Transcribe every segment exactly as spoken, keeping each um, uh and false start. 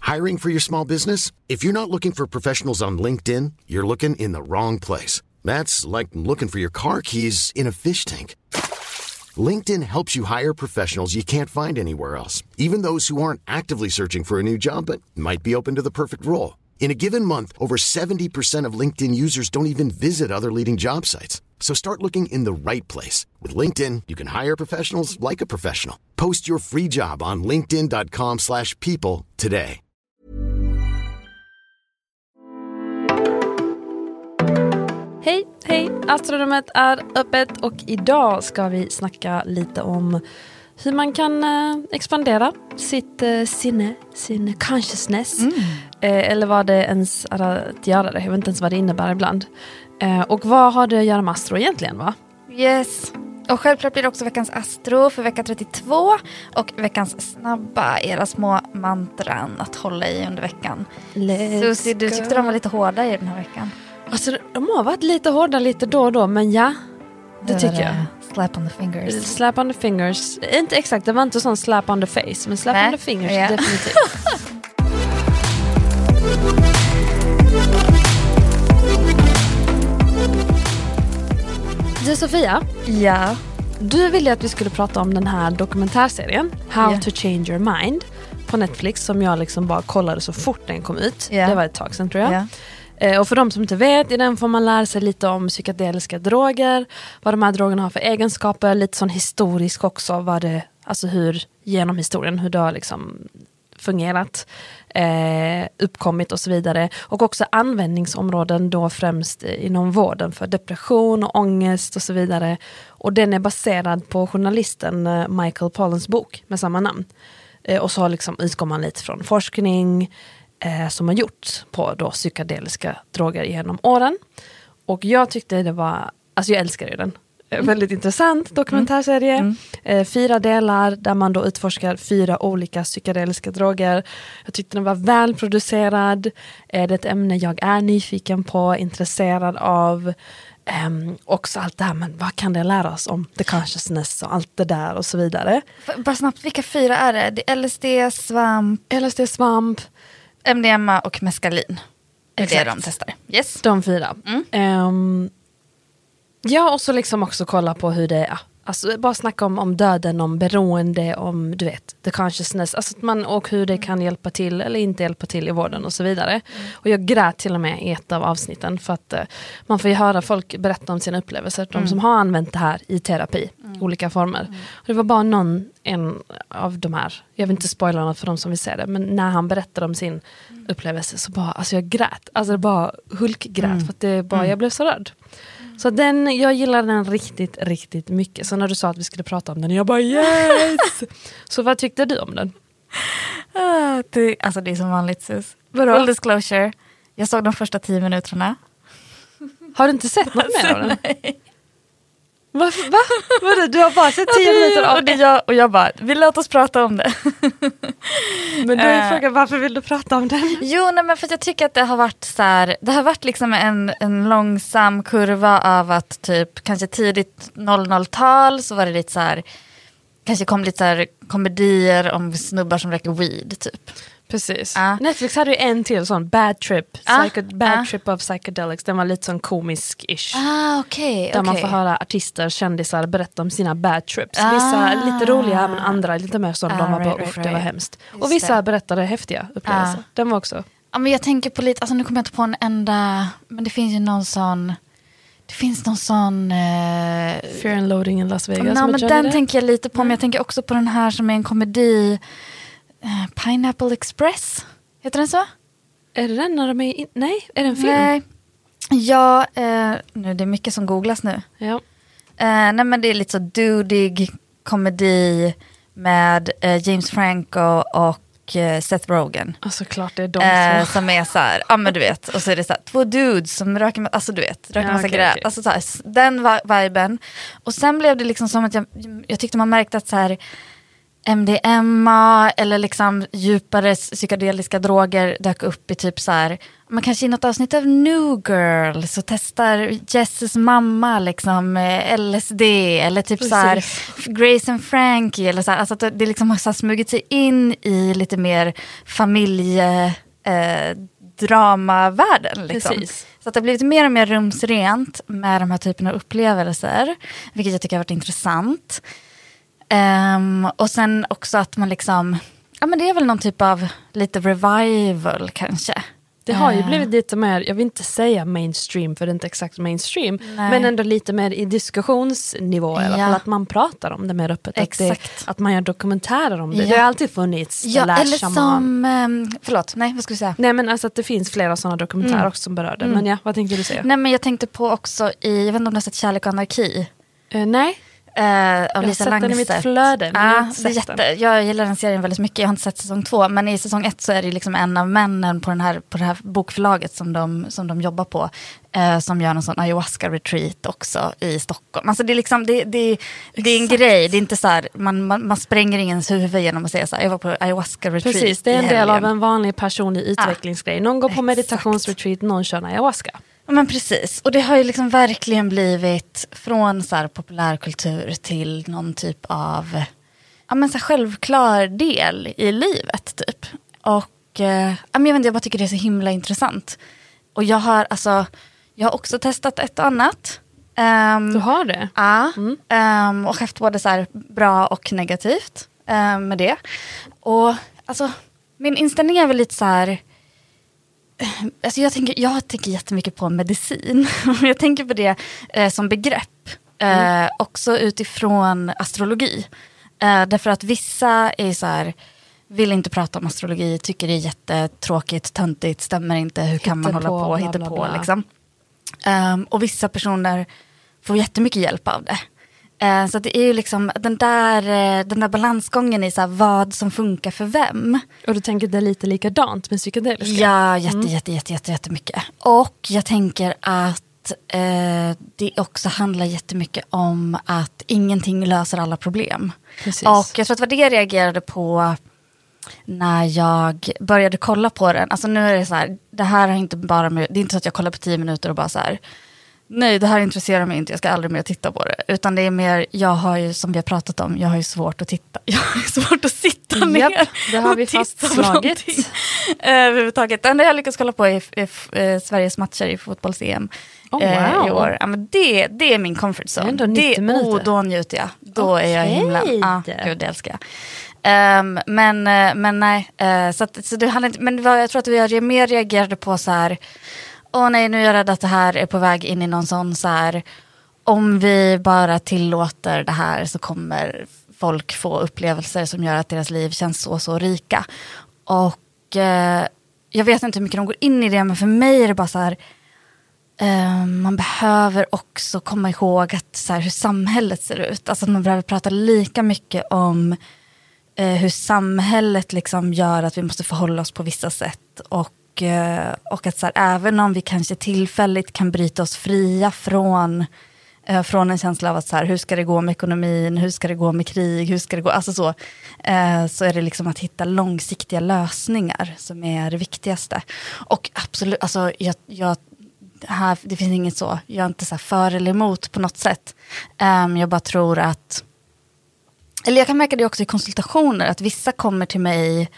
Hiring for your small business? If you're not looking for professionals on LinkedIn, you're looking in the wrong place. That's like looking for your car keys in a fish tank. LinkedIn helps you hire professionals you can't find anywhere else, even those who aren't actively searching for a new job but might be open to the perfect role. In a given month, over seventy percent of LinkedIn users don't even visit other leading job sites. So start looking in the right place. With LinkedIn, you can hire professionals like a professional. Post your free job on linkedin dot com slash people today. Hej, hej! Astrorummet är öppet och idag ska vi snacka lite om hur man kan eh, expandera sitt eh, sinne, sin consciousness. Mm. Eh, eller vad det ens är att göra det. Jag vet inte ens vad det innebär ibland. Eh, och vad har det att göra med astro egentligen, va? Yes. Och självklart blir det också veckans astro för vecka trettiotvå. Och veckans snabba, era små mantran att hålla i under veckan. Susie, du tyckte de var lite hårda i den här veckan. Alltså de har varit lite hårda lite då och då, men ja, det, det tycker jag. Slap on the fingers. Slap on the fingers. Inte exakt, det var inte sån slap on the face, men slap Nej. on the fingers yeah. definitivt. Du Sofia? Ja? Du ville att vi skulle prata om den här dokumentärserien How yeah. to change your mind på Netflix som jag liksom bara kollade så fort den kom ut. Yeah. Det var ett tag sedan tror jag. Yeah. Och för de som inte vet, i den får man lära sig lite om psykedeliska droger, vad de här drogerna har för egenskaper, lite sån historisk också, vad det, alltså hur, genom historien, hur det har liksom fungerat, eh, uppkommit och så vidare. Och också användningsområden då främst inom vården för depression och ångest och så vidare. Och den är baserad på journalisten Michael Pollans bok med samma namn. Eh, och så liksom utgår man lite från forskning, Eh, som har gjorts på då psykedeliska droger genom åren. Och jag tyckte det var, alltså jag älskar ju den. Mm. Väldigt intressant dokumentärserie. Mm. Eh, fyra delar där man då utforskar fyra olika psykedeliska droger. Jag tyckte den var välproducerad. Eh, det är ett ämne jag är nyfiken på, intresserad av. Um, också allt det här, men vad kan det lära oss om the consciousness och allt det där och så vidare. Bara snabbt, vilka fyra är det? Det är L S D, svamp. L S D, svamp. M D M A och meskalin. Det är Exakt. det de testar. Yes. De fyra. Mm. Um, ja, och så liksom också kolla på hur det är. Alltså bara snacka om, om döden, om beroende, om du vet, the consciousness. Alltså att man, och hur det kan hjälpa till eller inte hjälpa till i vården och så vidare. Mm. Och jag grät till och med i ett av avsnitten för att uh, man får ju höra folk berätta om sina upplevelser. De mm. som har använt det här i terapi, mm. olika former. Mm. Och det var bara någon, en av de här, jag vill inte spoila något för de som vill se det, men när han berättade om sin mm. upplevelse så bara, alltså jag grät. Alltså det bara hulkgrät mm. för att det bara, jag blev så rädd. Så den, jag gillar den riktigt, riktigt mycket. Så när du sa att vi skulle prata om den, jag bara yes! Så vad tyckte du om den? Ah, det, alltså det är som vanligt, Sus. Vadå? Full disclosure. Jag såg de första tio minuterna. Har du inte sett något mer av den? Varför? Va? Vadå? Du har bara sett tio minuter av det. Jag, och jag bara, vi låt oss prata om det. Men då är uh, frågan, varför vill du prata om den? Jo, nej, men för att jag tycker att det har varit så här, det har varit liksom en, en långsam kurva av att typ kanske tidigt noll noll-tal så var det lite så här, kanske kom lite så här komedier om snubbar som röker weed typ. Precis. Uh. Netflix hade ju en till sån Bad Trip. Psycho- uh. Bad uh. Trip of Psychedelics. Den var lite sån komisk-ish. Ah, okay, där okay. man får höra artister, kändisar berätta om sina bad trips. Ah. Vissa lite roliga men andra lite mer som ah, de var right, bara, right, right. Det var hemskt. Just och vissa det. berättade häftiga upplevelser. Ah. Den var också. Ja, men jag tänker på lite, alltså nu kommer jag inte på en enda, men det finns ju någon sån, det finns någon sån uh, Fear and Loading in Las Vegas. Ja, men den det? tänker jag lite på, mm. men jag tänker också på den här som är en komedi. Uh, Pineapple Express. Heter den så? Är det den när de är in- Nej, är det en film? Nej. Ja, uh, nu det är mycket som googlas nu. Ja. Uh, nej men det är lite så dudig komedi med uh, James Franco och uh, Seth Rogen. Alltså klart det är de som... Uh, som är så här, ja men du vet. Och så är det så här, två dudes som röker med, alltså du vet, röker ja, massa okay, grejer. okay. Alltså så här, den viben. Och sen blev det liksom som att jag, jag tyckte man märkte att så här, M D M A eller liksom djupare psykedeliska droger dök upp i typ så här, man kanske i något avsnitt av New Girl så testar Jesses mamma liksom L S D eller typ så här Grace and Frankie eller så här, alltså att det liksom har så här smugit sig in i lite mer familje eh, dramavärlden liksom. Precis. Så att det har blivit mer och mer rumsrent med de här typerna av upplevelser, vilket jag tycker har varit intressant. Um, och sen också att man liksom, ja men det är väl någon typ av lite revival kanske. Det har ju blivit lite mer, jag vill inte säga mainstream för det är inte exakt mainstream, nej. Men ändå lite mer i diskussionsnivå i alla fall, att man pratar om det mer öppet. Att, det, att man gör dokumentärer om det. Ja. Det har alltid funnits. Ja, eller som, um, förlåt, nej vad ska du säga? Nej men alltså att det finns flera sådana dokumentärer mm. också som berör det. Mm. Men ja, vad tänkte du säga? Nej men jag tänkte på också i, jag vet inte om du har sett Kärlek och anarki? Uh, nej. Uh, av jag Lisa har sett den i mitt flöde. Men ah, jag, har det är jätte, jag gillar den serien väldigt mycket. Jag har inte sett säsong två. Men i säsong ett så är det liksom en av männen på, den här, på det här bokförlaget som de, som de jobbar på. Uh, som gör en sån ayahuasca-retreat också i Stockholm. Alltså det är, liksom, det, det, det är en grej. Det är inte så här, man, man, man spränger ingens huvud genom att säga så här, jag var på ayahuasca-retreat. Precis, det är en del av en vanlig personlig utvecklingsgrej. Någon går på meditationsretreat, någon kör ayahuasca. Ja, men precis. Och det har ju liksom verkligen blivit från så här populärkultur till någon typ av ja, men så här självklar del i livet typ. Och eh, jag vet inte, jag bara tycker det är så himla intressant. Och jag har alltså, jag har också testat ett annat. Um, du har det? Ja, mm. um, och haft både så här bra och negativt um, med det. Och alltså, min inställning är väl lite så här. Alltså jag, tänker, jag tänker jättemycket på medicin. Jag tänker på det eh, som begrepp. Eh, mm. Också utifrån astrologi. Eh, därför att vissa är så här, vill inte prata om astrologi, tycker det är jättetråkigt, töntigt, stämmer inte, hur kan man hålla på och hitta på. Liksom. Um, och vissa personer får jättemycket hjälp av det. Uh, så det är ju liksom den där, uh, den där balansgången i så här, vad som funkar för vem. Och du tänker det är lite likadant med psykedeliska? Ja, jätte, mm. jätte, jätte, jätte, jättemycket. Och jag tänker att uh, det också handlar jättemycket om att ingenting löser alla problem. Precis. Och jag tror att det var det jag reagerade på när jag började kolla på den. Alltså nu är det så här, det här har inte bara med, det är inte så att jag kollar på tio minuter och bara så här, nej det här intresserar mig inte, jag ska aldrig mer titta på det. Utan det är mer, jag har ju som vi har pratat om, jag har ju svårt att titta. Jag har ju svårt att sitta ner. Japp, det har vi fastslagit. Överhuvudtaget. Det enda jag lyckas kolla på är, är, är, är Sveriges matcher i fotbolls-E M. Oh, wow. eh, i år. Ja, men det, det är min comfort zone. Det är, det, oh, då njuter jag. Då okay. är jag himla, ja, gud det älskar jag. Um, men, men nej, uh, så, att, så det handlar inte, men det var, jag tror att vi mer reagerade på så här, åh nej, nu är jag rädd att det här är på väg in i någon sån så här, om vi bara tillåter det här så kommer folk få upplevelser som gör att deras liv känns så, så rika. Och uh, jag vet inte hur mycket de går in i det, men för mig är det bara så här, uh, man behöver också komma ihåg att så här, hur samhället ser ut. Alltså att man behöver prata lika mycket om hur samhället liksom gör att vi måste förhålla oss på vissa sätt. Och, och att så här, även om vi kanske tillfälligt kan bryta oss fria från, från en känsla av att så här, hur ska det gå med ekonomin, hur ska det gå med krig, hur ska det gå, alltså så, så är det liksom att hitta långsiktiga lösningar som är det viktigaste. Och absolut, alltså jag, jag här, det finns inget så, jag är inte så här för eller emot på något sätt. Jag bara tror att eller jag kan märka det också i konsultationer, att vissa kommer till mig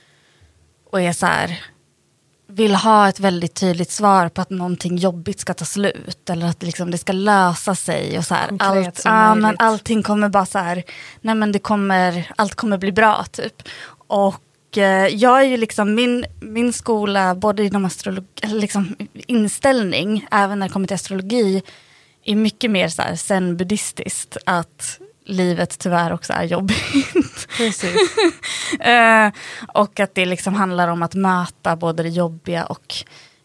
och är så här, vill ha ett väldigt tydligt svar på att någonting jobbigt ska ta slut. Eller att liksom det ska lösa sig. Och så här, allt, ja, men allting kommer bara så här, nej men det kommer, allt kommer bli bra typ. Och eh, jag är ju liksom, min, min skola, både inom astrologi, liksom inställning, även när det kommer till astrologi, är mycket mer så här zen-buddhistiskt, att livet tyvärr också är jobbigt. Precis. uh, och att det liksom handlar om att möta både det jobbiga och,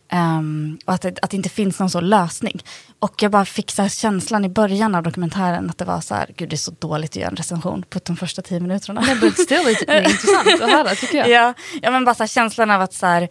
um, och att, det, att det inte finns någon sån lösning. Och jag bara fick så här känslan i början av dokumentären att det var så här, gud det är så dåligt att göra en recension på de första tio minuterna. Men det är lite intressant att höra tycker jag. Ja, ja men bara så här, känslan av att så här,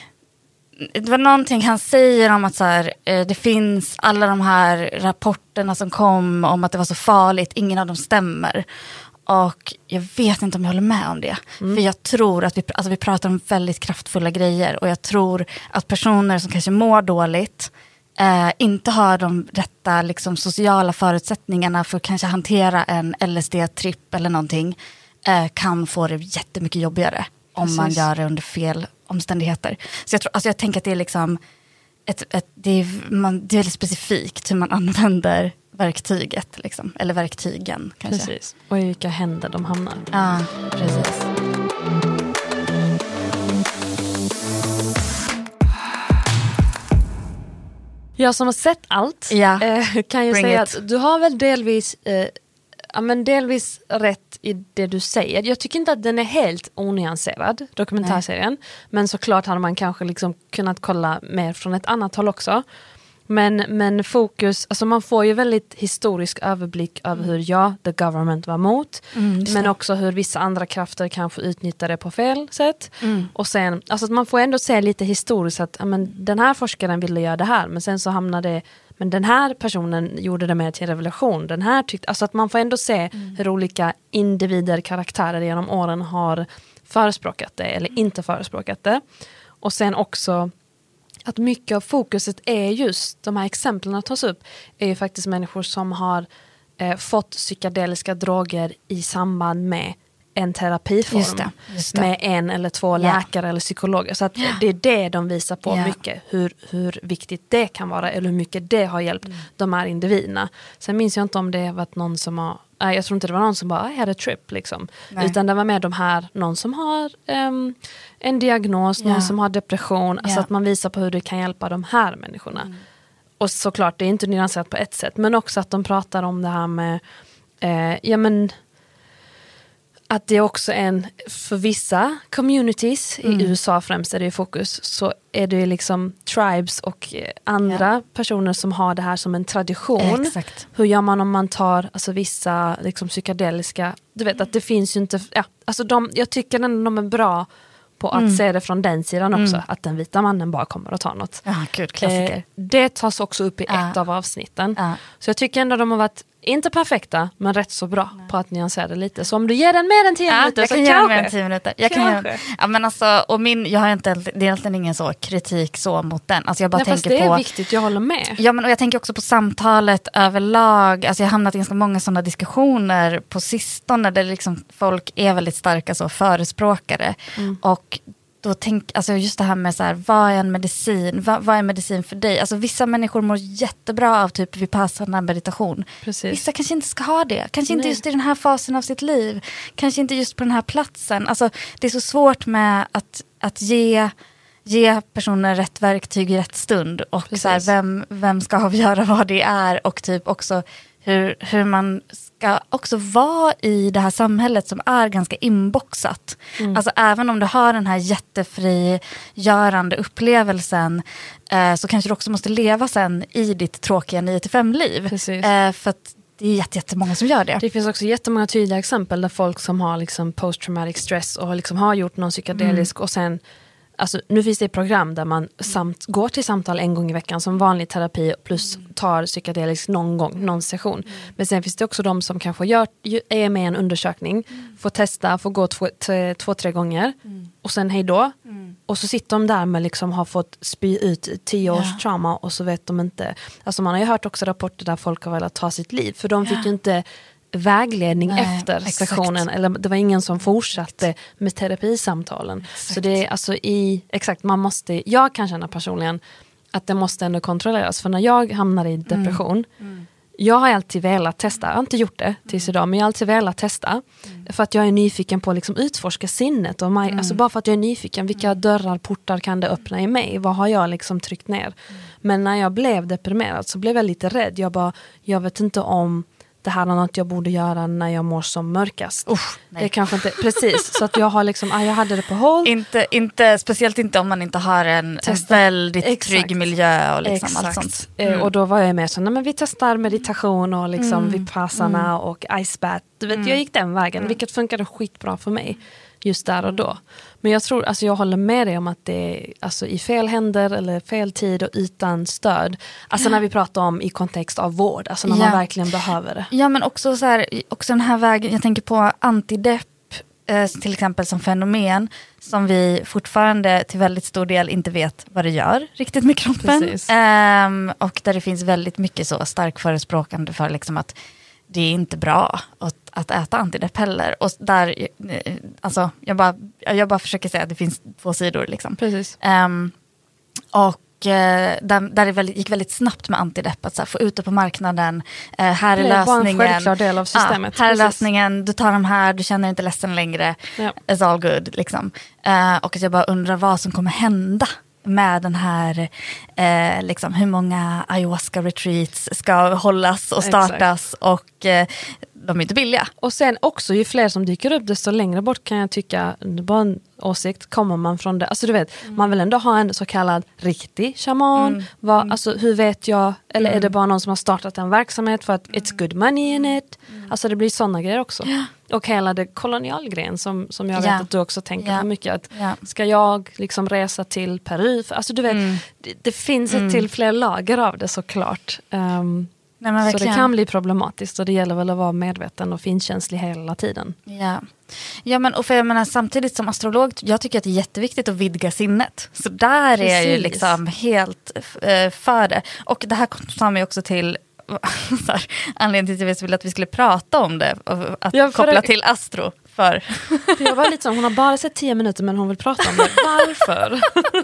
det var någonting han säger om att så här, eh, det finns alla de här rapporterna som kom om att det var så farligt, ingen av dem stämmer. Och jag vet inte om jag håller med om det. Mm. För jag tror att vi, alltså vi pratar om väldigt kraftfulla grejer. Och jag tror att personer som kanske mår dåligt eh, inte har de rätta liksom, sociala förutsättningarna för att kanske hantera en L S D-tripp eller någonting. Eh, kan få det jättemycket jobbigare. Om Precis. Man gör det under fel omständigheter. Så jag, tror, alltså jag tänker att det är liksom ett, ett, det, är, man, det är väldigt specifikt hur man använder verktyget liksom. Eller verktygen kanske. Precis. Och i vilka händer de hamnar. Ja, precis. Jag som har sett allt ja. eh, kan ju Bring säga it. att du har väl delvis eh, ja, men delvis rätt i det du säger. Jag tycker inte att den är helt onyanserad, dokumentärserien. Nej. Men såklart hade man kanske liksom kunnat kolla mer från ett annat håll också. Men, men fokus, alltså man får ju väldigt historisk överblick över hur ja, the government var mot. Mm, men också hur vissa andra krafter kanske utnyttjar det på fel sätt. Mm. Och sen, alltså man får ändå se lite historiskt att ja, men den här forskaren ville göra det här. Men sen så hamnade det, men den här personen gjorde det med till revolution. Den här tyckte, alltså att man får ändå se mm. hur olika individer, karaktärer genom åren har förespråkat det eller inte förespråkat det. Och sen också att mycket av fokuset är just, de här exemplen tas upp, är ju faktiskt människor som har eh, fått psykedeliska droger i samband med en terapiform. Just det, just det. Med en eller två yeah. läkare eller psykologer. Så att yeah. det är det de visar på yeah. mycket. Hur, hur viktigt det kan vara eller hur mycket det har hjälpt mm. de här individerna. Sen minns jag inte om det var någon som har, nej, jag tror inte det var någon som bara, I had a trip liksom. Nej. Utan det var med de här, någon som har um, en diagnos, yeah. någon som har depression. Yeah. Alltså att man visar på hur det kan hjälpa de här människorna. Mm. Och såklart, det är inte nyanserat på ett sätt. Men också att de pratar om det här med, eh, ja men att det också är en, för vissa communities, mm. i U S A främst är det i fokus, så är det liksom tribes och andra yeah. personer som har det här som en tradition. Exakt. Hur gör man om man tar alltså vissa liksom psykedeliska, du vet att det finns ju inte, ja, alltså de, jag tycker ändå de är bra på att mm. se det från den sidan också, mm. att den vita mannen bara kommer att ta något. Ja, gud, klassiker. Eh, det tas också upp i ja. ett av avsnitten. Ja. Så jag tycker ändå de har varit inte perfekta, men rätt så bra Nej. På att nyansera det lite. Så om du ger den mer än tio ja, minuter jag så kan kanske. Ge mer än tio minuter. Jag kan göra, ja, men alltså, och min, jag har inte, det är egentligen ingen så kritik så mot den. Alltså jag bara Nej, tänker fast det på, är viktigt, jag håller med. Ja, men och jag tänker också på samtalet överlag. Alltså jag har hamnat i ganska många sådana diskussioner på sistone där liksom folk är väldigt starka så förespråkare. Mm. Och då tänk, alltså just det här med så här, vad är en medicin? Vad, vad är medicin för dig? Alltså vissa människor mår jättebra av typ vipassana meditation. Precis. Vissa kanske inte ska ha det. Kanske inte Nej. Just i den här fasen av sitt liv. Kanske inte just på den här platsen. Alltså det är så svårt med att, att ge, ge personer rätt verktyg i rätt stund. Och så här, vem, vem ska avgöra vad det är? Och typ också hur, hur man ska också vara i det här samhället som är ganska inboxat. Mm. Alltså även om du har den här jättefrigörande upplevelsen eh, så kanske du också måste leva sen i ditt tråkiga nio till fem-liv. Eh, för att det är jätte, jättemånga som gör det. Det finns också jättemånga tydliga exempel där folk som har liksom post-traumatic stress och liksom har gjort någon psykedelisk mm. och sen alltså, nu finns det ett program där man samt, går till samtal en gång i veckan som vanlig terapi plus tar psykedelisk någon gång, någon session. Mm. Men sen finns det också de som kanske gör, är med i en undersökning, mm. får testa, får gå två, tre, två tre gånger mm. och sen hej då. Mm. Och så sitter de där med liksom har fått spy ut tio års ja. trauma och så vet de inte. Alltså man har ju hört också rapporter där folk har velat ta sitt liv för de fick ja. ju inte vägledning Nej, efter exakt. sessionen eller det var ingen som fortsatte med terapisamtalen. Exakt. Så det är alltså i, exakt, man måste, jag kan känna personligen att det måste ändå kontrolleras för när jag hamnar i depression mm. Mm. jag har alltid velat testa, jag har inte gjort det tills idag men jag har alltid velat testa mm. för att jag är nyfiken på att liksom utforska sinnet och mig, mm. alltså bara för att jag är nyfiken vilka mm. dörrar, portar kan det öppna i mig, vad har jag liksom tryckt ner mm. men när jag blev deprimerad så blev jag lite rädd, jag bara, jag vet inte om det här är något jag borde göra när jag mår som mörkast. Usch, det är kanske inte, precis. Så att jag har liksom, ah, jag hade det på håll. Inte, inte, speciellt inte om man inte har en, en väldigt Exakt. trygg miljö och liksom allt sånt. Mm. Och då var jag med så, nej men vi testar meditation och liksom mm. vipassana mm. och ice bath. Du vet, mm. jag gick den vägen, mm. vilket funkade skitbra för mig. just där och då. Men jag tror, alltså jag håller med dig om att det är alltså i fel händer eller fel tid och utan stöd. Alltså när vi pratar om i kontext av vård, alltså när ja. man verkligen behöver det. Ja, men också så här, också den här vägen, jag tänker på antidepp eh, till exempel som fenomen som vi fortfarande till väldigt stor del inte vet vad det gör riktigt med kroppen. Eh, och där det finns väldigt mycket så stark förespråkande för liksom att det är inte bra att, att äta antidepp heller. Och där, alltså, jag bara, jag bara försöker säga att det finns två sidor. Liksom. Precis. Um, och uh, där, där det väldigt, gick väldigt snabbt med antidepp. Att så här, få ut det på marknaden. Uh, här är lösningen. Det är bara en självklar del av systemet. Uh, här är lösningen. Du tar de här, du känner inte ledsen längre. Ja. It's all good. Liksom. Uh, och att jag bara undrar vad som kommer hända med den här, eh, liksom, hur många ayahuasca-retreats ska hållas och startas. Exakt. Och eh, de är inte billiga. Och sen också, ju fler som dyker upp, desto längre bort kan jag tycka, bara en åsikt, kommer man från det. Alltså du vet, mm. man vill ändå ha en så kallad riktig shaman. Mm. Vad, mm. Alltså hur vet jag, eller mm. är det bara någon som har startat en verksamhet för att mm. it's good money in it? Mm. Alltså det blir sådana grejer också. Ja. Och hela det kolonialgrejen som, som jag vet ja. att du också tänker ja. på mycket. Att ja. Ska jag liksom resa till Peru? Alltså du vet, mm. det, det finns mm. ett till fler lager av det såklart. Um, Nej, så det kan bli problematiskt och det gäller väl att vara medveten och finkänslig hela tiden. Ja, ja men, och för jag menar, samtidigt som astrolog, jag tycker att det är jätteviktigt att vidga sinnet. Så där Precis. är jag ju liksom helt uh, för det. Och det här tar mig också till så här, anledningen till att jag ville att vi skulle prata om det och att ja, koppla det... till astro. För. Jag var lite som, hon har bara sett tio minuter men hon vill prata om det. Varför?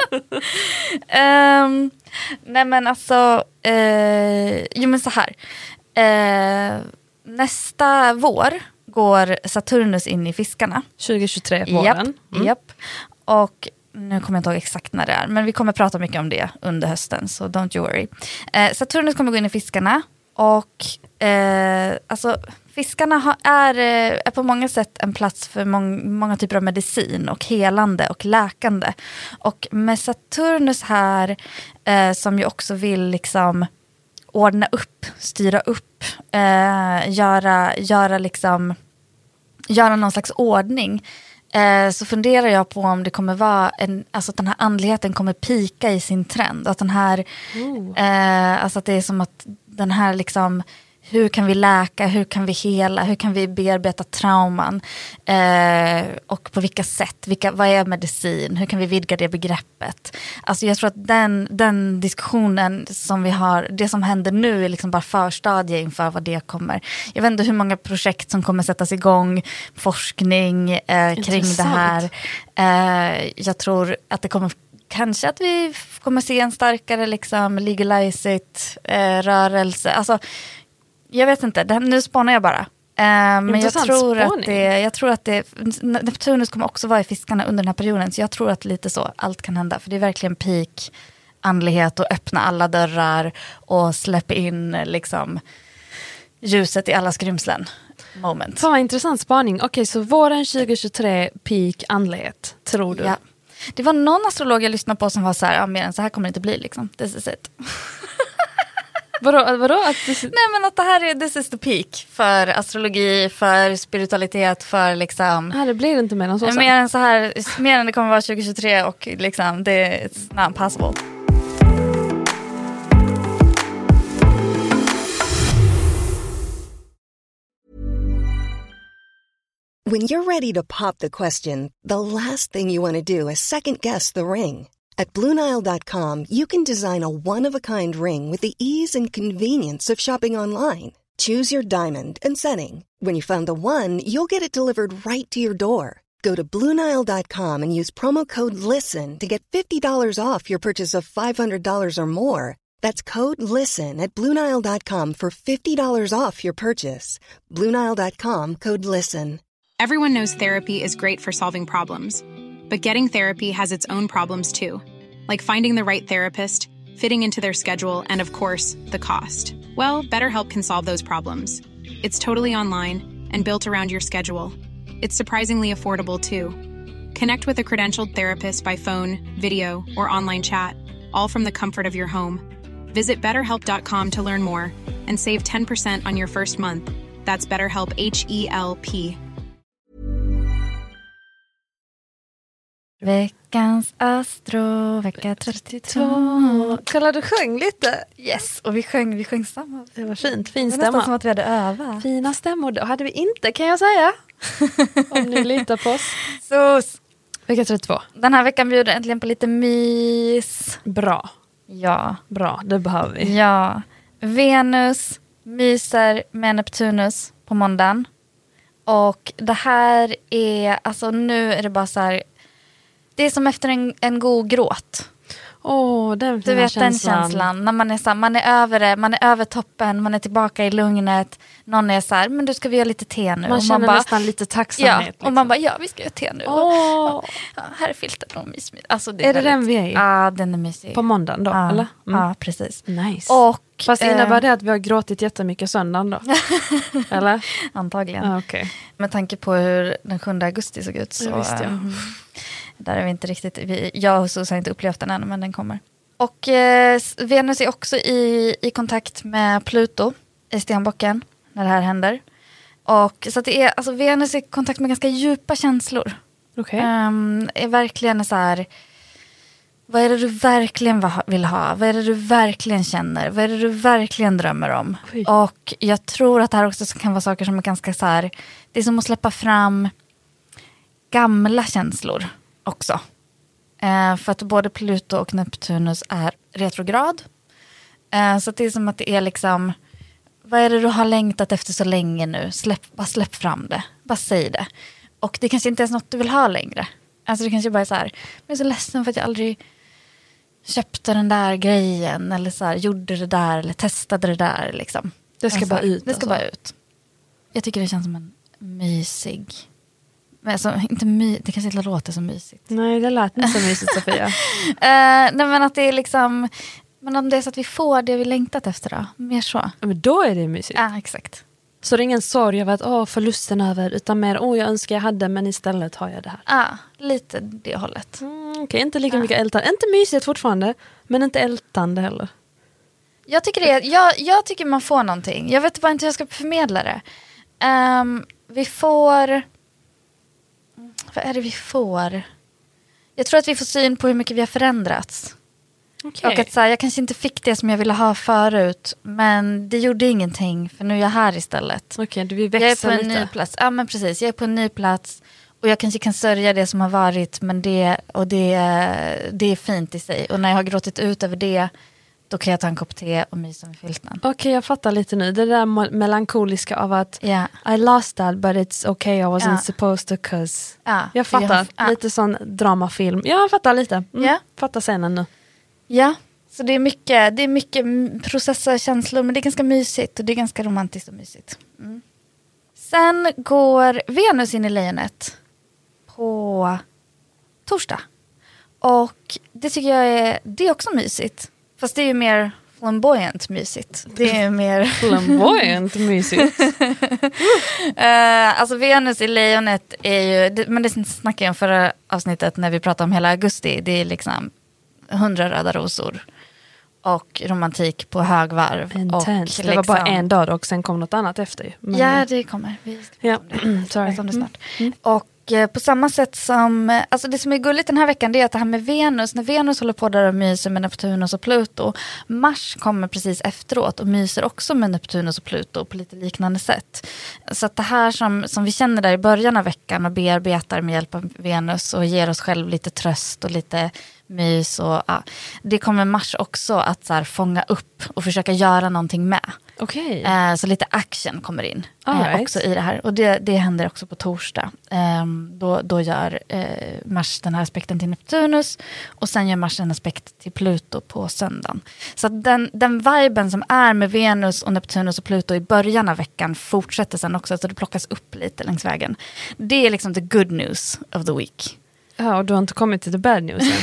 um, nej men alltså, uh, jo men så här. Uh, nästa vår går Saturnus in i fiskarna. tjugo tjugotre våren. Japp, mm. japp. Och nu kommer jag inte ihåg exakt när det är. Men vi kommer prata mycket om det under hösten. Så don't you worry. Uh, Saturnus kommer gå in i fiskarna. Och uh, alltså... Fiskarna har, är, är på många sätt en plats för mång, många typer av medicin och helande och läkande. Och med Saturnus här eh, som ju också vill liksom ordna upp, styra upp, eh, göra, göra, liksom, göra någon slags ordning. Eh, så funderar jag på om det kommer vara en, alltså att den här andligheten kommer pika i sin trend. Att den här, oh. eh, alltså att det är som att den här liksom... Hur kan vi läka? Hur kan vi hela? Hur kan vi bearbeta trauman? Eh, och på vilka sätt? Vilka, vad är medicin? Hur kan vi vidga det begreppet? Alltså jag tror att den, den diskussionen som vi har, det som händer nu är liksom bara förstadie inför vad det kommer. Jag vet inte hur många projekt som kommer sättas igång, forskning eh, kring det här. Eh, jag tror att det kommer kanske att vi kommer se en starkare liksom legalize it, eh, rörelse. Alltså jag vet inte, det, nu spanar jag bara. Uh, men jag tror, att det, jag tror att det... Neptunus kommer också vara i fiskarna under den här perioden. Så jag tror att lite så allt kan hända. För det är verkligen peak andlighet och öppna alla dörrar. Och släppa in liksom ljuset i alla skrymslen. Moment. Fan vad intressant spaning. Okej, okay, så våren tjugo tjugotre peak andlighet, tror du? Ja. Det var någon astrolog jag lyssnade på som var så här, ja, mer än så här kommer det inte bli liksom. This is it. Vadå? vadå? Att this... Nej men att det här är this is the peak för astrologi, för spiritualitet, för liksom... Ja, det blir inte mer än så. Mer än så här, mer än det kommer vara tjugo tjugotre och liksom, det är not possible. When you're ready to pop the question, the last thing you want to do is second guess the ring. At Blue Nile dot com, you can design a one-of-a-kind ring with the ease and convenience of shopping online. Choose your diamond and setting. When you find the one, you'll get it delivered right to your door. Go to Blue Nile dot com and use promo code LISTEN to get fifty dollars off your purchase of five hundred dollars or more. That's code LISTEN at Blue Nile dot com for fifty dollars off your purchase. Blue Nile dot com, code LISTEN. Everyone knows therapy is great for solving problems. But getting therapy has its own problems too, like finding the right therapist, fitting into their schedule, and of course, the cost. Well, BetterHelp can solve those problems. It's totally online and built around your schedule. It's surprisingly affordable too. Connect with a credentialed therapist by phone, video, or online chat, all from the comfort of your home. Visit better help dot com to learn more and save ten percent on your first month. That's BetterHelp, H E L P. Veckans Astro, vecka trettiotvå. Kolla, du sjöng lite. Yes, och vi sjöng, vi sjöng samma. Det var fint, fin det var stämma. nästan som att vi hade övat. Fina stämmor, det hade vi inte kan jag säga. Om ni litar på oss. Så, vecka trettiotvå. Den här veckan bjuder äntligen på lite mys. Bra. Ja. Bra, det behöver vi. Ja. Venus myser med Neptunus på måndagen. Och det här är, alltså nu är det bara så här, det är som efter en, en god gråt. Åh, oh, den fina Du vet känslan. den känslan, när man är, så här, man är över det, man är över toppen, man är tillbaka i lugnet. Någon är så här, men du ska vi göra lite te nu. Man och känner man bara, nästan lite tacksamhet. Ja, liksom. och man bara, ja vi ska göra te nu. Oh. Och, ja, här är filten och mys, mys. Alltså, det är, är det väldigt, den vi är i? Ja, den är mysig. På måndagen då, ja, eller? Mm. Ja, precis. Nice. Och, fast innebär eh, det att vi har gråtit jättemycket söndagen då? Eller? Antagligen. Ah, okay. Med tanke på hur den sjunde augusti såg ut. Så, ja, visst, ja. um, där är vi inte riktigt, vi, jag och Sus har inte upplevt den än, men den kommer. Och eh, Venus är också i, i kontakt med Pluto i stenbocken när det här händer. Och så att det är, alltså Venus är i kontakt med ganska djupa känslor. Okay. Um, är verkligen så här, vad är det du verkligen va, vill ha? Vad är det du verkligen känner? Vad är det du verkligen drömmer om? Oj. Och jag tror att det här också kan vara saker som är ganska så här, det är som att släppa fram gamla känslor också. Uh, för att både Pluto och Neptunus är retrograd. Uh, så att det är som att det är liksom, vad är det du har längtat efter så länge nu? Släpp, bara släpp fram det. Bara säg det. Och det kanske inte är något du vill ha längre. Alltså det kanske bara är så här, men jag är så ledsen för att jag aldrig köpte den där grejen. Eller så här, gjorde det där eller testade det där liksom. Det ska alltså, bara ut. Det ska alltså. bara ut. Jag tycker det känns som en mysig... Men alltså, inte my, det kanske inte låter så mysigt. Nej, det lät inte så mysigt, Sofia. uh, nej men att det är liksom... Men om det är så att vi får det vi längtat efter då? Mer så. Men då är det mysigt. Ja, exakt. Så det är ingen sorg över att åh, förlusten över, utan mer, åh, jag önskar jag hade, men istället har jag det här. Ja, lite det hållet. Mm, Okej, okay, inte lika ja. mycket ältande. Inte mysigt fortfarande, men inte ältande heller. Jag tycker, det, jag, jag tycker man får någonting. Jag vet bara inte hur jag ska förmedla det. Um, vi får... Vad är det vi får? Jag tror att vi får syn på hur mycket vi har förändrats. Okay. Och att så här, jag kanske inte fick det som jag ville ha förut, men det gjorde ingenting, för nu är jag här istället. Okej, okay, du vill växa lite. Jag är på en lite. ny plats. Ja, men precis. Jag är på en ny plats och jag kanske kan sörja det som har varit, men det, och det, det är fint i sig. Och när jag har gråtit ut över det, då kan jag ta en kopp te och mysa med filten. Okej, okay, jag fattar lite nu. Det där melankoliska av att yeah. I lost that, but it's okay, I wasn't yeah. supposed to, cause... Ja, jag fattar. jag, ja. Lite sån dramafilm. Ja, jag fattar lite. Mm. Yeah. Fattar scenen nu. Ja, så det är mycket, det är mycket processa känslor, men det är ganska mysigt och det är ganska romantiskt och mysigt. Mm. Sen går Venus in i lejonet på torsdag. Och det tycker jag är, det är också mysigt. Fast det är ju mer flamboyant mysigt. Det är mer... flamboyant mysigt? uh, alltså Venus i lejonet är ju, det, men det snackade jag om förra avsnittet när vi pratade om hela augusti. Det är liksom hundra röda rosor. Och romantik på högvarv. Intenst. Och det var liksom, bara en dag och sen kom något annat efter. Men, ja, det kommer. Vi ska ja. om det. Sorry. Om det snart. Mm. Och eh, på samma sätt som, alltså det som är gulligt den här veckan, det är att det här med Venus, när Venus håller på där och myser med Neptunus och Pluto, Mars kommer precis efteråt och myser också med Neptunus och Pluto på lite liknande sätt. Så att det här som, som vi känner där i början av veckan och bearbetar med hjälp av Venus och ger oss själv lite tröst och lite mys och ja, det kommer Mars också att så här, fånga upp och försöka göra någonting med. Okay. Eh, så lite action kommer in eh, right. också i det här. Och det, det händer också på torsdag. Eh, då, då gör eh, Mars den här aspekten till Neptunus och sen gör Mars en aspekt till Pluto på söndagen. Så att den, den viben som är med Venus och Neptunus och Pluto i början av veckan fortsätter sen också, så det plockas upp lite längs vägen. Det är liksom the good news of the week. Ja, och du har inte kommit till the bad news än.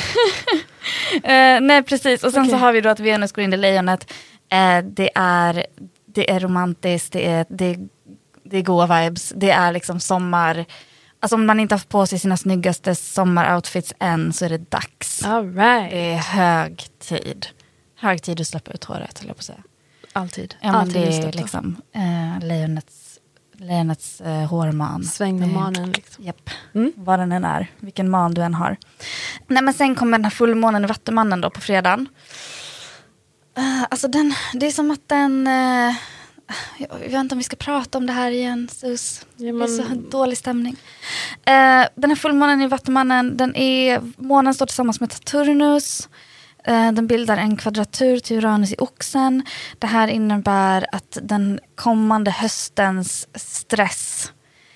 uh, nej, precis. Och sen okay. så har vi då att Venus går in i lejonet. Uh, det, är, det är romantiskt, det är, det, det är goa vibes. Det är liksom sommar. Alltså om man inte har haft på sig sina snyggaste sommaroutfits än, så är det dags. All right. Det är hög tid. Hög tid att släppa ut håret, höll jag på att säga. Alltid. Ja, men Alltid det är liksom uh, lejonets lejonets eh, hårman. Svängde manen liksom. Japp, mm. vad den än är. Vilken man du än har. Nej, men sen kommer den här fullmånen i Vattumannen då på fredagen. Uh, alltså den, det är som att den... Uh, jag vet inte om vi ska prata om det här igen, Sus. Ja, men... Det är så dålig stämning. Uh, den här fullmånen i Vattumannen, den är... Månen står tillsammans med Saturnus. Uh, den bildar en kvadratur till Uranus i Oxen. Det här innebär att den kommande höstens stress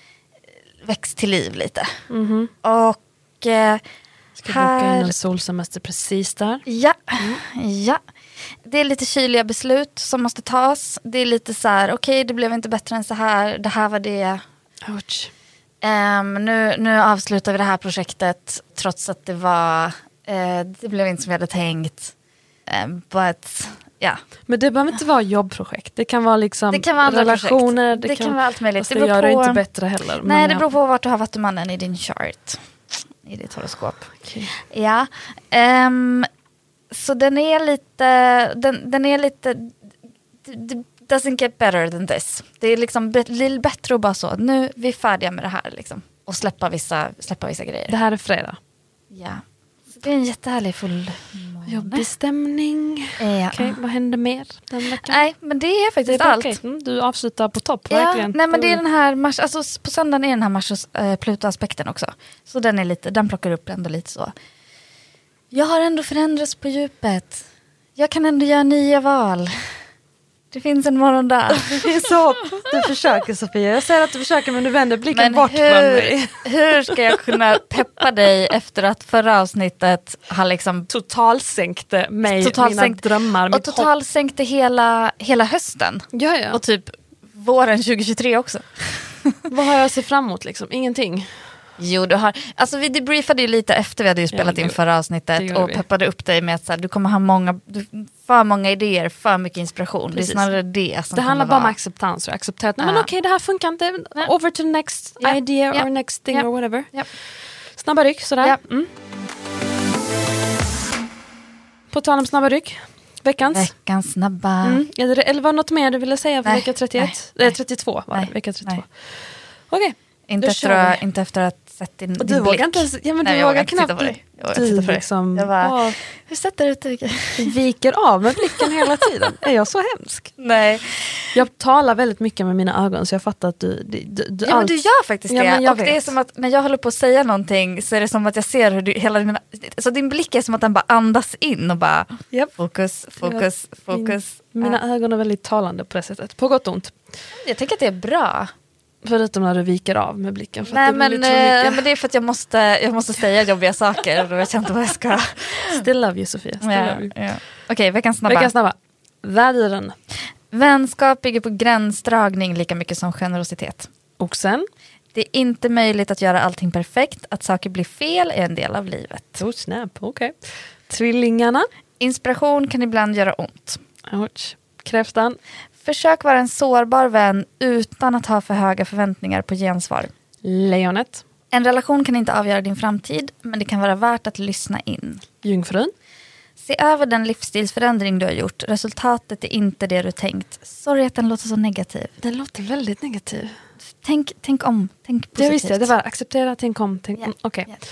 väcks till liv lite. Mm-hmm. Och uh, ska här... boka in en solsemester precis där. Ja, mm. ja. Det är lite kyliga beslut som måste tas. Det är lite så här, okej, okay, det blev inte bättre än så här. Det här var det. Ouch. Um, nu, nu avslutar vi det här projektet trots att det var, uh, det blev inte som vi hade tänkt. Um, but, yeah. Men det behöver inte vara jobbprojekt. Det kan vara liksom det kan vara relationer. Det, det kan, kan vara allt möjligt. Det, det gör det inte bättre heller. Nej, men det ja. beror på vart du har Vattumannen i din chart. I ditt horoskop. Okay. Ja. Um, Så den är lite, den, den är lite, det doesn't get better than this. Det är liksom lite bättre och bara så, nu är vi färdiga med det här liksom. Och släppa vissa, släppa vissa grejer. Det här är fredag. Ja. Så det är en jättehärlig full jobbig stämning. Ja. Okej, vad händer mer den veckan? Nej, men det är faktiskt det är allt. Okay. Mm, du avslutar på topp, ja, verkligen. Nej, men det är den här, Mars, alltså på söndagen är den här Mars-Pluto-aspekten också. Så den är lite, den plockar upp ändå lite så. Jag har ändå förändrats på djupet. Jag kan ändå göra nya val. Det finns en morgondag. Det finns hopp. Du försöker, Sofia. Jag säger att du försöker, men du vänder blicken men bort hur, från mig. Hur ska jag kunna peppa dig efter att förra avsnittet har liksom totalsänkte mig, totalsänkt, mina drömmar. Och totalsänkte hela, hela hösten. Ja, ja. Och typ våren tjugohundratjugotre också. Vad har jag att se fram emot liksom? Ingenting. Jo, du har, alltså vi debriefade ju lite efter vi hade ju spelat ja, in förra avsnittet och peppade upp dig med att så här, du kommer ha många, du, för många idéer, för mycket inspiration. Precis. Det är snarare det som det handlar bara vara. om acceptans och acceptera. Ja. Men okej, okay, det här funkar inte. Ja. Over to the next ja. idea ja. or next thing ja. or whatever. Ja. Snabba ryck, sådär. Ja. Mm. På tal om snabba ryck. Veckans. Veckans snabba. Mm. Eller var det något mer du ville säga för nej, vecka trettioett? Nej, nej. trettiotvå var det. Nej, vecka trettiotvå. Okej. Okay. Inte, efter, inte efter att sett din, och din du blick. Vågar inte ens, ja, men nej, du jag vågar inte knappt. Titta på dig. Jag du titta på liksom, dig. Jag bara, åh, hur sätter du ut dig? viker av med blicken hela tiden. Är jag så hemsk? Nej. Jag talar väldigt mycket med mina ögon så jag fattar att du... du, du, du ja, allt... men du gör faktiskt ja, det. Och vet. Det är som att när jag håller på att säga någonting så är det som att jag ser hur du, hela dina... Så din blick är som att den bara andas in och bara yep. fokus, fokus, ja, fokus. Min, mina äh. ögon är väldigt talande på det sättet. På gott och ont. Jag tänker att det är bra. Förutom när du viker av med blicken. För nej, att det men, äh, men det är för att jag måste, jag måste säga jobbiga saker och jag vet inte vad jag ska... Still love you, Sofia. Still ja, love you. Ja. Okej, okay, veckans snabba. Veckans snabba. Värderen. Vänskap bygger på gränsdragning lika mycket som generositet. Oxen. Det är inte möjligt att göra allting perfekt. Att saker blir fel är en del av livet. Oh snap, okej. Okay. Tvillingarna. Inspiration kan ibland göra ont. Ouch. Kräftan. Försök vara en sårbar vän utan att ha för höga förväntningar på gensvar. Lejonet. En relation kan inte avgöra din framtid, men det kan vara värt att lyssna in. Jungfrun. Se över den livsstilsförändring du har gjort. Resultatet är inte det du tänkt. Sorry att den låter så negativ. Den låter väldigt negativ. Tänk, tänk om, tänk positivt. Det visste jag, det var acceptera, tänk om, tänk yeah. om. Okej. Okay.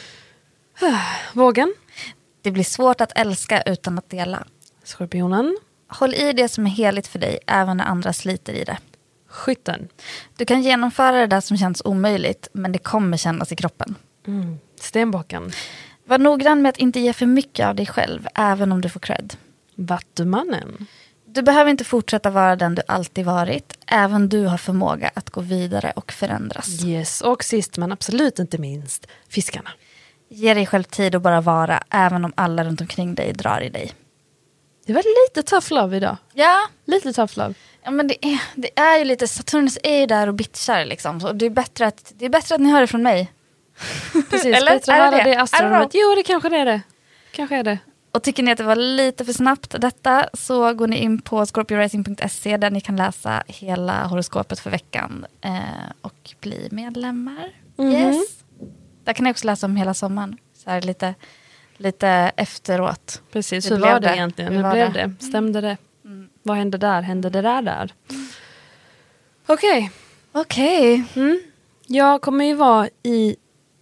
Yeah. Vågen. Det blir svårt att älska utan att dela. Skorpionen. Håll i det som är heligt för dig, även när andra sliter i det. Skytten. Du kan genomföra det där som känns omöjligt, men det kommer kännas i kroppen. Mm. Stenbocken. Var noggrann med att inte ge för mycket av dig själv, även om du får cred. Vattumannen. Du behöver inte fortsätta vara den du alltid varit, även du har förmåga att gå vidare och förändras. Yes, och sist men absolut inte minst, fiskarna. Ge dig själv tid att bara vara, även om alla runt omkring dig drar i dig. Det var lite tough love idag. Ja. Lite tough love. Ja, men det är, det är ju lite, Saturnus är ju där och bitchar liksom. Så det är bättre att, det är bättre att ni hör det från mig. Precis, eller? bättre att höra det i astrorummet. Jo, det kanske det är det. Kanske är det. Och tycker ni att det var lite för snabbt detta, så går ni in på scorpio rising punkt se där ni kan läsa hela horoskopet för veckan eh, och bli medlemmar. Mm-hmm. Yes. Där kan ni också läsa om hela sommaren. Så här lite, lite efteråt. Precis, hur hur var det, det egentligen? Hur, hur blev det? det? Stämde det? Mm. Vad hände där? Hände det där där? Mm. Okej, okay. Okej. Okay. Mm. Jag kommer ju vara i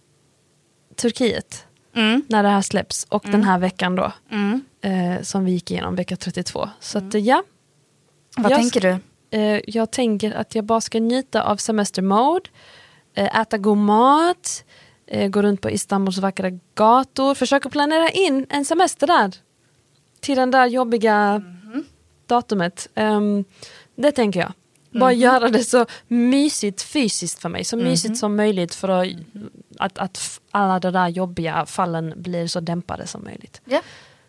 Turkiet mm. när det här släpps. Och mm. den här veckan då. Mm. Eh, som vi gick igenom, vecka trettiotvå. Så mm. att ja. Vad jag, tänker du? Eh, jag tänker att jag bara ska njuta av semestermode. Eh, äta god mat. Eh, gå runt på Istanbuls vackra gator. Försöka planera in en semester där. Till den där jobbiga mm. datumet. Um, det tänker jag. Bara mm. göra det så mysigt fysiskt för mig. Så mm. mysigt som möjligt för att, mm. att, att alla de där jobbiga fallen blir så dämpade som möjligt. Yeah.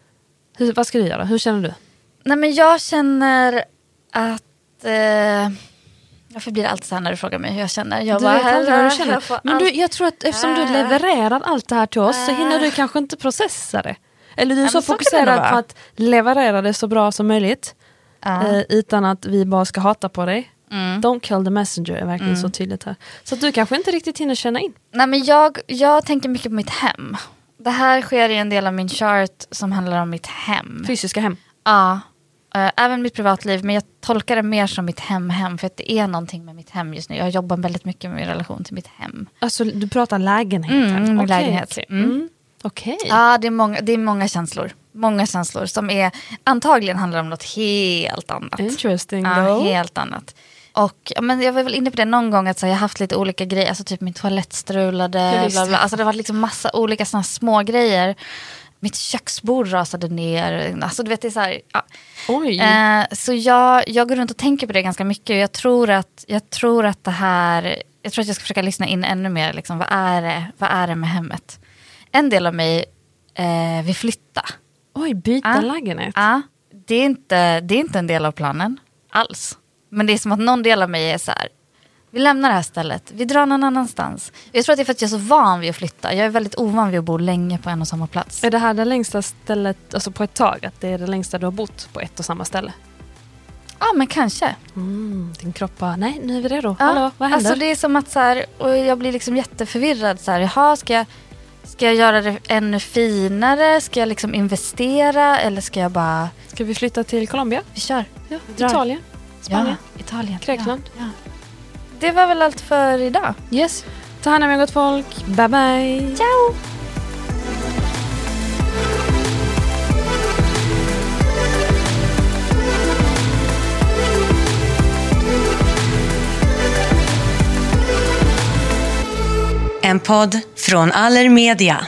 Hur, vad ska du göra? Hur känner du? Nej, men jag känner att... Eh, varför blir det alltid så här när du frågar mig hur jag känner? Jag du bara, vet aldrig hur du känner. Men allt... du, jag tror att eftersom du levererar allt det här till oss äh. så hinner du kanske inte processa det. Eller du är ja, så fokuserad på att leverera det så bra som möjligt. Uh. Eh, utan att vi bara ska hata på dig. Mm. Don't kill the messenger är verkligen mm. så tydligt här. Så att du kanske inte riktigt hinner känna in. Nej, men jag, jag tänker mycket på mitt hem. Det här sker i en del av min chart som handlar om mitt hem. Fysiska hem? Ja. Uh, även mitt privatliv. Men jag tolkar det mer som mitt hem-hem. För att det är någonting med mitt hem just nu. Jag jobbar väldigt mycket med min relation till mitt hem. Alltså du pratar lägenhet här? Mm, okay. lägenhet. Mm. Mm. Okej. Okay. Ja, det är, många, det är många känslor. Många känslor som är antagligen handlar om något helt annat. Interesting ja, though. Helt annat. Och ja, men jag var väl inne på det någon gång att så, jag har haft lite olika grejer. Alltså typ min toalett strulade. Bla, bla. Alltså det var liksom massa olika såna små grejer. Mitt köksbord rasade ner. Alltså du vet det är så här. Ja. Oj. Eh, så jag, jag går runt och tänker på det ganska mycket. Jag tror att, jag tror att det här. Jag tror att jag ska försöka lyssna in ännu mer. Liksom, vad är det? Vad är det med hemmet? En del av mig eh, vill flytta. Oj, byta ah. lägenhet. Ja, ah. det, är inte, det är inte en del av planen alls. Men det är som att någon del av mig är så här. Vi lämnar det här stället. Vi drar någon annanstans. Jag tror att det är för att jag är så van vid att flytta. Jag är väldigt ovan vid att bo länge på en och samma plats. Är det här det längsta stället, alltså på ett tag? Att det är det längsta du har bott på ett och samma ställe? Ja, men kanske. Mm, din kropp bara, nej, nu är vi redo. Ja, hallå, vad händer? Alltså det är som att så här, och jag blir liksom jätteförvirrad. Så här, jaha, ska jag, ska jag göra det ännu finare? Ska jag liksom investera? Eller ska jag bara... Ska vi flytta till Colombia? Vi kör. Ja, Italien. Spanien. Ja, Italien. Grekland. Ja, ja. Det var väl allt för idag. Yes. Ta hand om er gott folk. Bye bye. Ciao. En podd från Allermedia.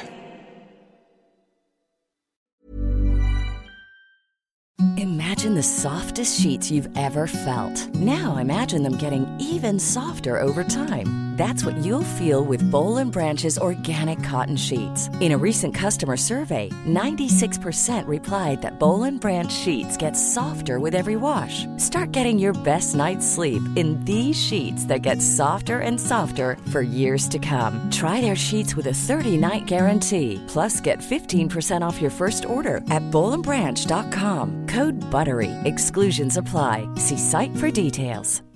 Imagine the softest sheets you've ever felt. Now imagine them getting even softer over time. That's what you'll feel with Boll and Branch's organic cotton sheets. In a recent customer survey, ninety-six percent replied that Boll and Branch sheets get softer with every wash. Start getting your best night's sleep in these sheets that get softer and softer for years to come. Try their sheets with a thirty-night guarantee. Plus, get fifteen percent off your first order at boll and branch dot com. Code BUTTERY. Exclusions apply. See site for details.